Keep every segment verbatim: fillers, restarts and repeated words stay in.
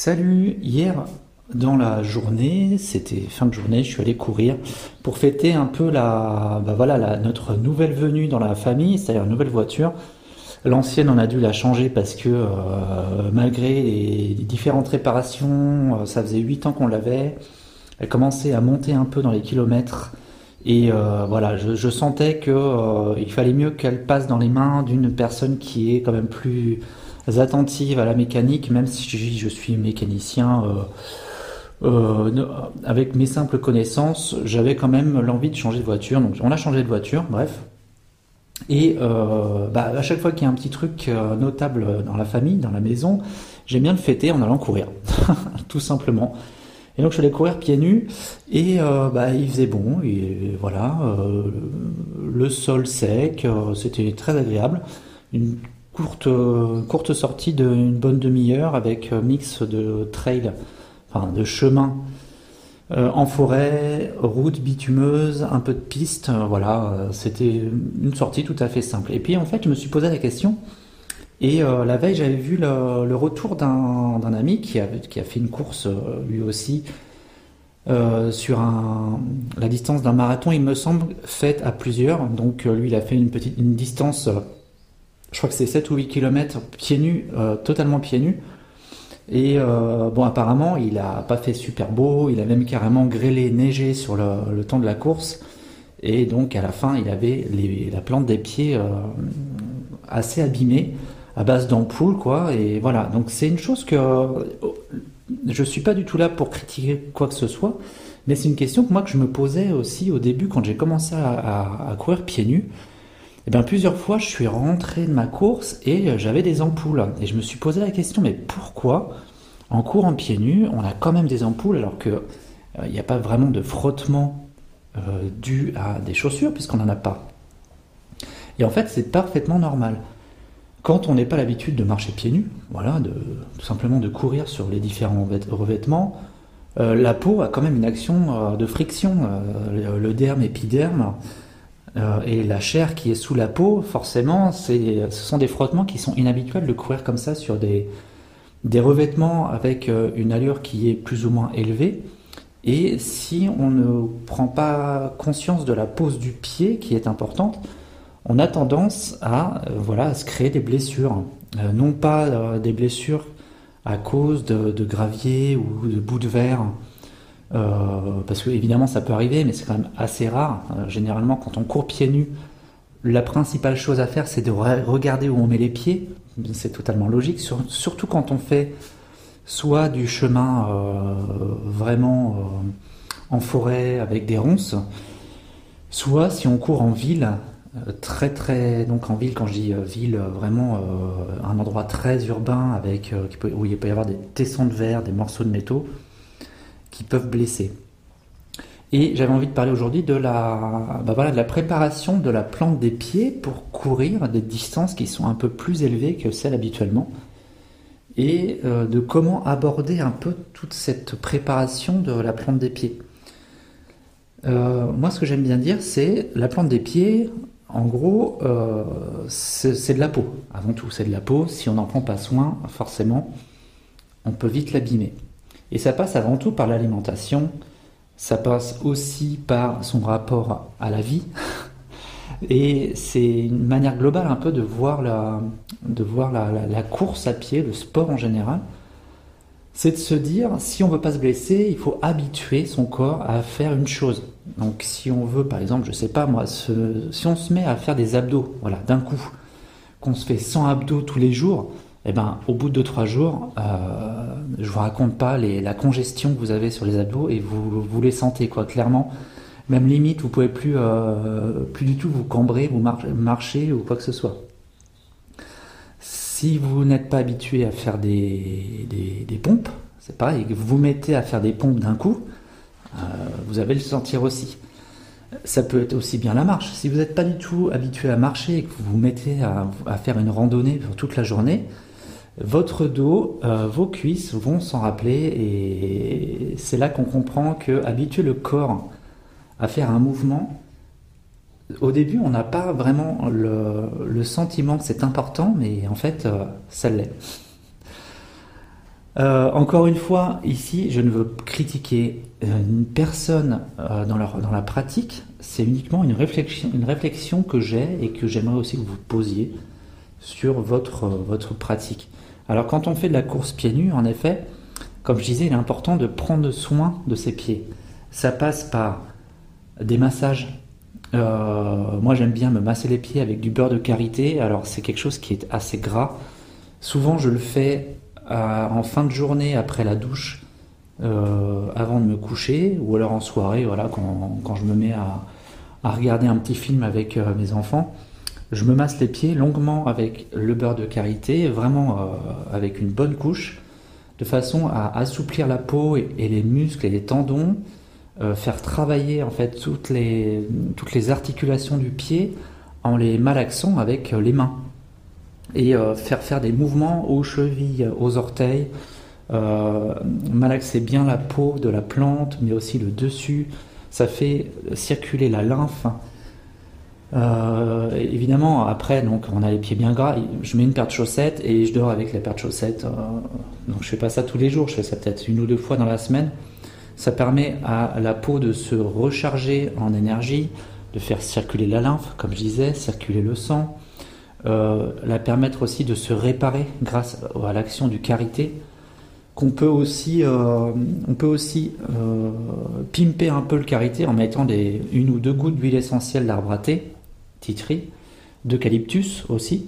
Salut, hier dans la journée, c'était fin de journée, je suis allé courir pour fêter un peu la, bah voilà, la- notre nouvelle venue dans la famille, c'est-à-dire une nouvelle voiture. L'ancienne, on a dû la changer parce que euh, malgré les différentes réparations, euh, ça faisait huit ans qu'on l'avait, elle commençait à monter un peu dans les kilomètres. Et euh, voilà, je, je sentais que euh, il fallait mieux qu'elle passe dans les mains d'une personne qui est quand même plus attentive à la mécanique, même si je, je suis mécanicien. Euh, euh, ne- avec mes simples connaissances, j'avais quand même l'envie de changer de voiture. Donc on a changé de voiture, bref. Et euh, bah, à chaque fois qu'il y a un petit truc euh, notable dans la famille, dans la maison, j'aime bien le fêter en allant courir, tout simplement. Et donc je suis allé courir pieds nus et euh, bah, il faisait bon, et voilà, euh, le sol sec, euh, c'était très agréable. Une courte, euh, courte sortie d'une bonne demi-heure avec euh, mix de trail, enfin de chemin euh, en forêt, route bitumeuse, un peu de piste, euh, voilà, euh, c'était une sortie tout à fait simple. Et puis en fait je me suis posé la question, et euh, la veille j'avais vu le, le retour d'un d'un ami qui a, qui a fait une course euh, lui aussi euh, sur un, la distance d'un marathon, il me semble, faite à plusieurs. Donc euh, lui, il a fait une petite une distance, euh, je crois que c'est sept ou huit kilomètres pieds nus, euh, totalement pieds nus. Et euh, bon, apparemment, il a pas fait super beau, il a même carrément grêlé, neigé sur le, le temps de la course. Et donc à la fin, il avait les- la plante des pieds euh, assez abîmée, à base d'ampoules, quoi. Et voilà, donc c'est une chose que je suis pas du tout là pour critiquer quoi que ce soit, mais c'est une question que moi que je me posais aussi au début quand j'ai commencé à, à- à courir pieds nus. Et bien plusieurs fois je suis rentré de ma course et euh, j'avais des ampoules. Et je me suis posé la question, mais pourquoi en courant pieds nus on a quand même des ampoules alors que euh, il n'y a pas vraiment de frottement euh, dû à des chaussures puisqu'on n'en a pas. Et en fait c'est parfaitement normal. Quand on n'est pas l'habitude de marcher pieds nus, voilà, de, tout simplement de courir sur les différents revêtements, euh, la peau a quand même une action euh, de friction. Euh, le, le derme, épiderme euh, et la chair qui est sous la peau, forcément, c'est, ce sont des frottements qui sont inhabituels de courir comme ça sur des, des revêtements avec euh, une allure qui est plus ou moins élevée. Et si on ne prend pas conscience de la pose du pied qui est importante, on a tendance à, euh, voilà, à se créer des blessures. Euh, non pas euh, des blessures à cause de, de gravier ou de bouts de verre, euh, parce que évidemment ça peut arriver, mais c'est quand même assez rare. Euh, généralement, quand on court pieds nus, la principale chose à faire, c'est de re- regarder où on met les pieds. C'est totalement logique, sur- surtout quand on fait soit du chemin euh, vraiment euh, en forêt avec des ronces, soit si on court en ville, euh, très très donc en ville, quand je dis euh, ville, euh, vraiment euh, un endroit très urbain avec euh, qui peut- où il peut y avoir des tessons de verre, des morceaux de métaux qui peuvent blesser. Et j'avais envie de parler aujourd'hui de la bah voilà, de la préparation de la plante des pieds pour courir à des distances qui sont un peu plus élevées que celles habituellement, et euh, de comment aborder un peu toute cette préparation de la plante des pieds. Euh, moi, ce que j'aime bien dire, c'est la plante des pieds. En gros, euh, c'est c'est de la peau. Avant tout, c'est de la peau. Si on n'en prend pas soin, forcément, on peut vite l'abîmer. Et ça passe avant tout par l'alimentation. Ça passe aussi par son rapport à la vie. Et c'est une manière globale un peu de voir la, de voir la, la- la course à pied, le sport en général. C'est de se dire, si on veut pas se blesser, il faut habituer son corps à faire une chose. Donc si on veut, par exemple, je sais pas moi, se- si on se met à faire des abdos, voilà, d'un coup, qu'on se fait cent abdos tous les jours, eh ben, au bout de deux trois jours, euh, je vous raconte pas les, la congestion que vous avez sur les abdos et vous, vous les sentez, quoi, clairement. Même limite, vous pouvez plus, euh, plus du tout vous cambrer, vous mar- marcher ou quoi que ce soit. Si vous n'êtes pas habitué à faire des, des, des pompes, c'est pareil, que vous vous mettez à faire des pompes d'un coup, euh, vous allez le sentir aussi. Ça peut être aussi bien la marche. Si vous n'êtes pas du tout habitué à marcher et que vous vous mettez à, à faire une randonnée pour toute la journée, votre dos, euh, vos cuisses vont s'en rappeler, et c'est là qu'on comprend que habituer le corps à faire un mouvement, au début, on n'a pas vraiment le, le sentiment que c'est important, mais en fait, euh, ça l'est. Euh, encore une fois, ici, je ne veux critiquer euh, une personne euh, dans, leur, dans la pratique. C'est uniquement une réflexion, une réflexion que j'ai et que j'aimerais aussi que vous posiez sur votre, euh, votre pratique. Alors, quand on fait de la course pieds nus, en effet, comme je disais, il est important de prendre soin de ses pieds. Ça passe par des massages. Euh, moi, j'aime bien me masser les pieds avec du beurre de karité. Alors, c'est quelque chose qui est assez gras. Souvent, je le fais euh, en fin de journée après la douche, euh, avant de me coucher, ou alors en soirée, voilà, quand, quand je me mets à, à regarder un petit film avec euh, mes enfants. Je me masse les pieds longuement avec le beurre de karité, vraiment euh, avec une bonne couche, de façon à assouplir la peau et, et les muscles et les tendons, euh, faire travailler en fait toutes les, toutes les articulations du pied en les malaxant avec les mains. Et euh, faire faire des mouvements aux chevilles, aux orteils, euh, malaxer bien la peau de la plante, mais aussi le dessus. Ça fait circuler la lymphe. Euh, évidemment, après, donc, on a les pieds bien gras. Je mets une paire de chaussettes et je dors avec la paire de chaussettes. Euh, donc, je fais pas ça tous les jours. Je fais ça peut-être une ou deux fois dans la semaine. Ça permet à la peau de se recharger en énergie, de faire circuler la lymphe, comme je disais, circuler le sang. Euh, la permettre aussi de se réparer grâce à l'action du karité, qu'on peut aussi, euh, on peut aussi euh, pimper un peu le karité en mettant des, une ou deux gouttes d'huile essentielle d'arbre à thé, tea tree, d'eucalyptus aussi,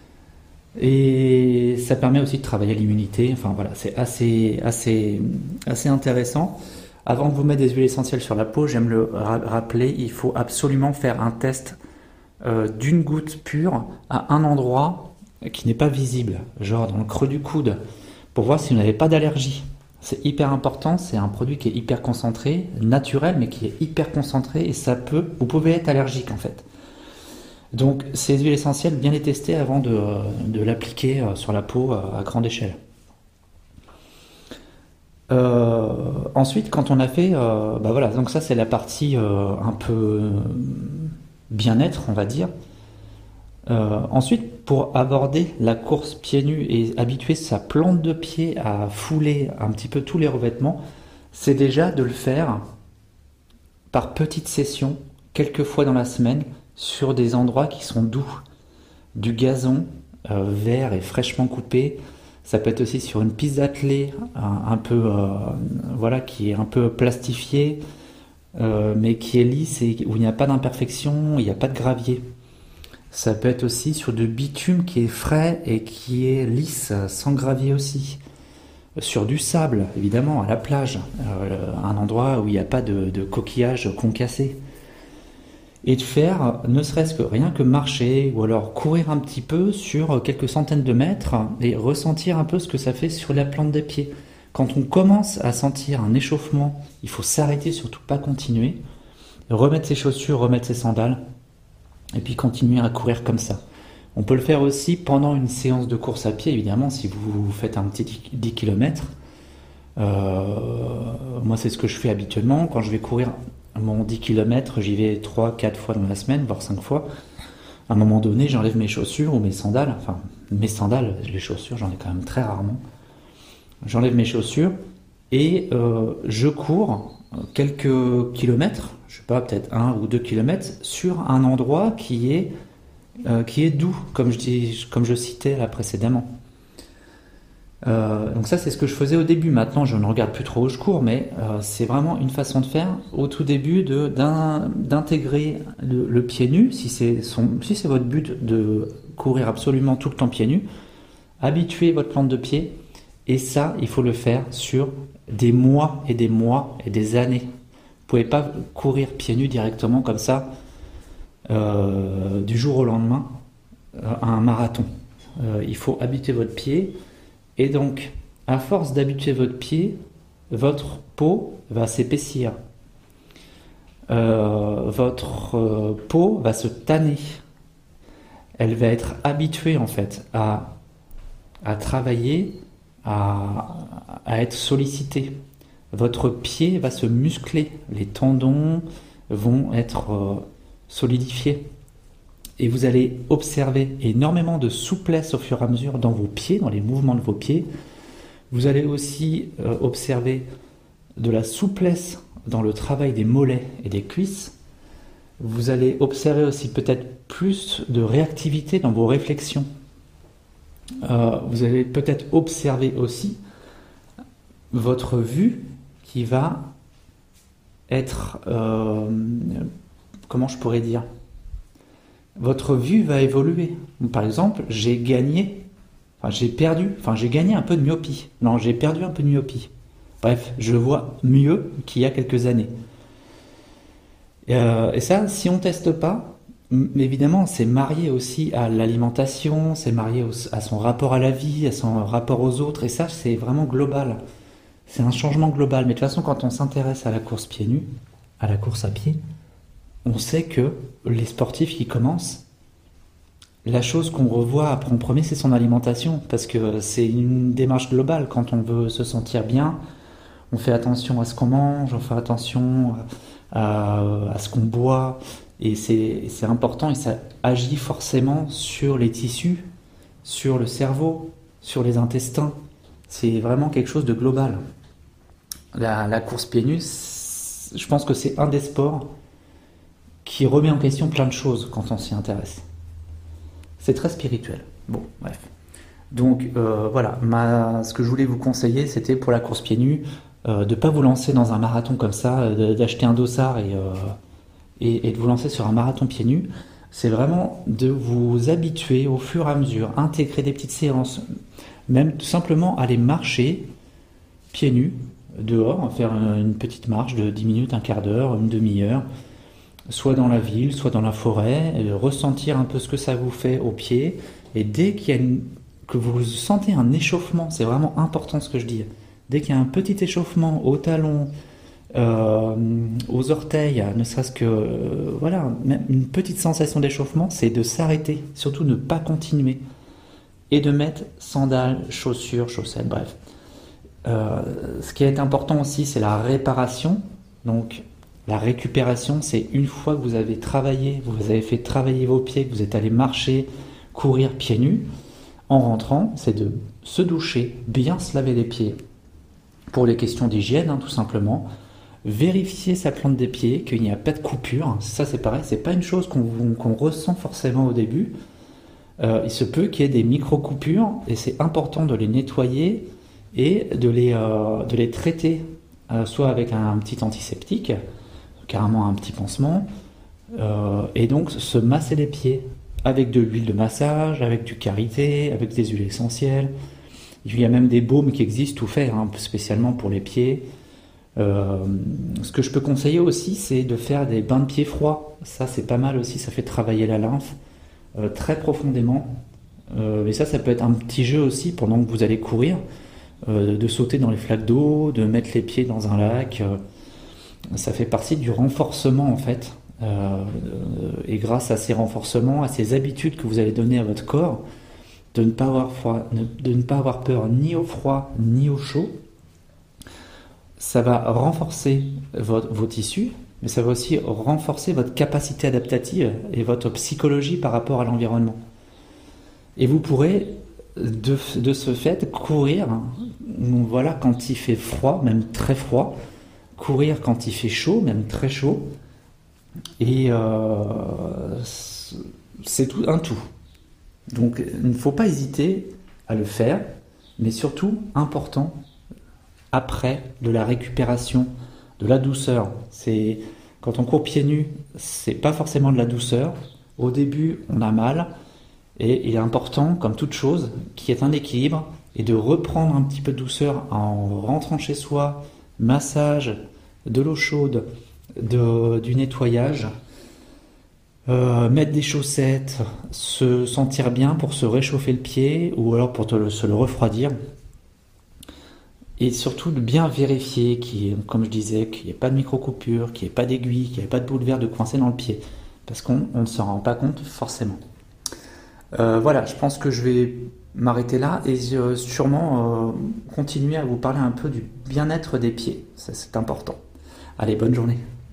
et ça permet aussi de travailler l'immunité. Enfin voilà, c'est assez, assez, assez intéressant. Avant de vous mettre des huiles essentielles sur la peau, j'aime le ra- rappeler, il faut absolument faire un test Euh, d'une goutte pure à un endroit qui n'est pas visible, genre dans le creux du coude, pour voir si vous n'avez pas d'allergie. C'est hyper important, c'est un produit qui est hyper concentré, naturel, mais qui est hyper concentré, et ça peut, vous pouvez être allergique en fait. Donc ces huiles essentielles, bien les tester avant de, de l'appliquer sur la peau à grande échelle. Euh, ensuite, quand on a fait, euh, bah voilà, donc ça c'est la partie euh, un peu bien-être, on va dire. Euh, ensuite, pour aborder la course pieds nus et habituer sa plante de pied à fouler un petit peu tous les revêtements, c'est déjà de le faire par petites sessions, quelques fois dans la semaine, sur des endroits qui sont doux. Du gazon euh, vert et fraîchement coupé. Ça peut être aussi sur une piste d'athlée, un, un peu, euh, voilà, qui est un peu plastifiée, Euh, mais qui est lisse et où il n'y a pas d'imperfection, il n'y a pas de gravier. Ça peut être aussi sur du bitume qui est frais et qui est lisse, sans gravier aussi. Sur du sable, évidemment, à la plage, euh, un endroit où il n'y a pas de, de coquillages concassés. Et de faire, ne serait-ce que rien que marcher, ou alors courir un petit peu sur quelques centaines de mètres et ressentir un peu ce que ça fait sur la plante des pieds. Quand on commence à sentir un échauffement, il faut s'arrêter, surtout pas continuer, remettre ses chaussures, remettre ses sandales, et puis continuer à courir comme ça. On peut le faire aussi pendant une séance de course à pied, évidemment, si vous faites un petit dix kilomètres. Euh, moi, c'est ce que je fais habituellement. Quand je vais courir mon dix kilomètres, j'y vais trois quatre fois dans la semaine, voire cinq fois. À un moment donné, j'enlève mes chaussures ou mes sandales. Enfin, mes sandales, les chaussures, j'en ai quand même très rarement. J'enlève mes chaussures et euh, je cours quelques kilomètres, je sais pas, peut-être un ou deux kilomètres, sur un endroit qui est, euh, qui est doux, comme je, dis, comme je citais là précédemment. Euh, donc ça, c'est ce que je faisais au début. Maintenant, je ne regarde plus trop où je cours, mais euh, c'est vraiment une façon de faire au tout début de, d'in, d'intégrer le, le pied nu, si c'est, son, si c'est votre but de courir absolument tout le temps pieds nus, habituez votre plante de pied. Et ça, il faut le faire sur des mois et des mois et des années. Vous ne pouvez pas courir pieds nus directement comme ça, euh, du jour au lendemain, euh, à un marathon. Euh, il faut habituer votre pied. Et donc, à force d'habituer votre pied, votre peau va s'épaissir. Euh, votre euh, peau va se tanner. Elle va être habituée en fait à, à travailler, À, à être sollicité. Votre pied va se muscler, les tendons vont être euh, solidifiés. Et vous allez observer énormément de souplesse au fur et à mesure dans vos pieds, dans les mouvements de vos pieds. Vous allez aussi euh, observer de la souplesse dans le travail des mollets et des cuisses. Vous allez observer aussi peut-être plus de réactivité dans vos réflexions. Euh, vous allez peut-être observer aussi votre vue qui va être, euh, comment je pourrais dire, votre vue va évoluer. Par exemple, j'ai gagné, enfin j'ai perdu, enfin j'ai gagné un peu de myopie. Non, j'ai perdu un peu de myopie. Bref, je vois mieux qu'il y a quelques années. Et, euh, et ça, si on ne teste pas, évidemment, c'est marié aussi à l'alimentation, c'est marié au, à son rapport à la vie, à son rapport aux autres, et ça, c'est vraiment global. C'est un changement global. Mais de toute façon, quand on s'intéresse à la course pieds nus, à la course à pied, on sait que les sportifs qui commencent, la chose qu'on revoit en premier, c'est son alimentation, parce que c'est une démarche globale. Quand on veut se sentir bien, on fait attention à ce qu'on mange, on fait attention à, à ce qu'on boit, et c'est, c'est important, et ça agit forcément sur les tissus, sur le cerveau, sur les intestins. C'est vraiment quelque chose de global. La, la course pieds nus, je pense que c'est un des sports qui remet en question plein de choses quand on s'y intéresse. C'est très spirituel. Bon, bref. Donc euh, voilà, ma, ce que je voulais vous conseiller, c'était pour la course pieds nus, euh, de ne pas vous lancer dans un marathon comme ça, de, d'acheter un dossard et, euh, et, et de vous lancer sur un marathon pieds nus. C'est vraiment de vous habituer au fur et à mesure, intégrer des petites séances, même tout simplement aller marcher pieds nus, dehors, faire une petite marche de dix minutes, un quart d'heure, une demi-heure, soit dans la ville, soit dans la forêt, et ressentir un peu ce que ça vous fait aux pieds, et dès qu'il y a une, que vous sentez un échauffement, c'est vraiment important ce que je dis, dès qu'il y a un petit échauffement au talon, euh, aux orteils, ne serait-ce que, euh, voilà, même une petite sensation d'échauffement, c'est de s'arrêter, surtout ne pas continuer, et de mettre sandales, chaussures, chaussettes, bref. Euh, ce qui est important aussi, c'est la réparation. Donc, la récupération, c'est une fois que vous avez travaillé, vous avez fait travailler vos pieds, que vous êtes allé marcher, courir pieds nus, en rentrant, c'est de se doucher, bien se laver les pieds, pour les questions d'hygiène, hein, tout simplement. Vérifier sa plante des pieds, qu'il n'y a pas de coupure. Ça, c'est pareil, c'est pas une chose qu'on, qu'on ressent forcément au début. Euh, il se peut qu'il y ait des micro-coupures, et c'est important de les nettoyer et de les, euh, de les traiter, euh, soit avec un, un petit antiseptique, carrément un petit pansement, euh, et donc se masser les pieds avec de l'huile de massage, avec du karité, avec des huiles essentielles. Il y a même des baumes qui existent tout faits, hein, spécialement pour les pieds. Euh, ce que je peux conseiller aussi, c'est de faire des bains de pieds froids. Ça, c'est pas mal aussi, ça fait travailler la lymphe euh, très profondément. Euh, et ça, ça peut être un petit jeu aussi pendant que vous allez courir. Euh, de sauter dans les flaques d'eau, de mettre les pieds dans un lac, euh, ça fait partie du renforcement en fait. Euh, et grâce à ces renforcements, à ces habitudes que vous allez donner à votre corps, de ne pas avoir froid, de ne pas avoir peur ni au froid ni au chaud, ça va renforcer votre, vos tissus, mais ça va aussi renforcer votre capacité adaptative et votre psychologie par rapport à l'environnement. Et vous pourrez De, de ce fait, courir, voilà, quand il fait froid, même très froid, courir quand il fait chaud, même très chaud, et euh, c'est tout, un tout. Donc il ne faut pas hésiter à le faire, mais surtout, important, après, de la récupération, de la douceur. C'est, quand on court pieds nus, c'est pas forcément de la douceur. Au début, on a mal. Et il est important, comme toute chose, qu'il y ait un équilibre et de reprendre un petit peu de douceur en rentrant chez soi, massage, de l'eau chaude, de, du nettoyage, euh, mettre des chaussettes, se sentir bien pour se réchauffer le pied ou alors pour te, se le refroidir. Et surtout de bien vérifier, qu'il y ait, comme je disais, qu'il n'y ait pas de micro-coupure, qu'il n'y ait pas d'aiguille, qu'il n'y ait pas de boule verte de coincer dans le pied. Parce qu'on on ne s'en rend pas compte forcément. Euh, voilà, je pense que je vais m'arrêter là et euh, sûrement euh, continuer à vous parler un peu du bien-être des pieds. Ça, c'est important. Allez, bonne journée.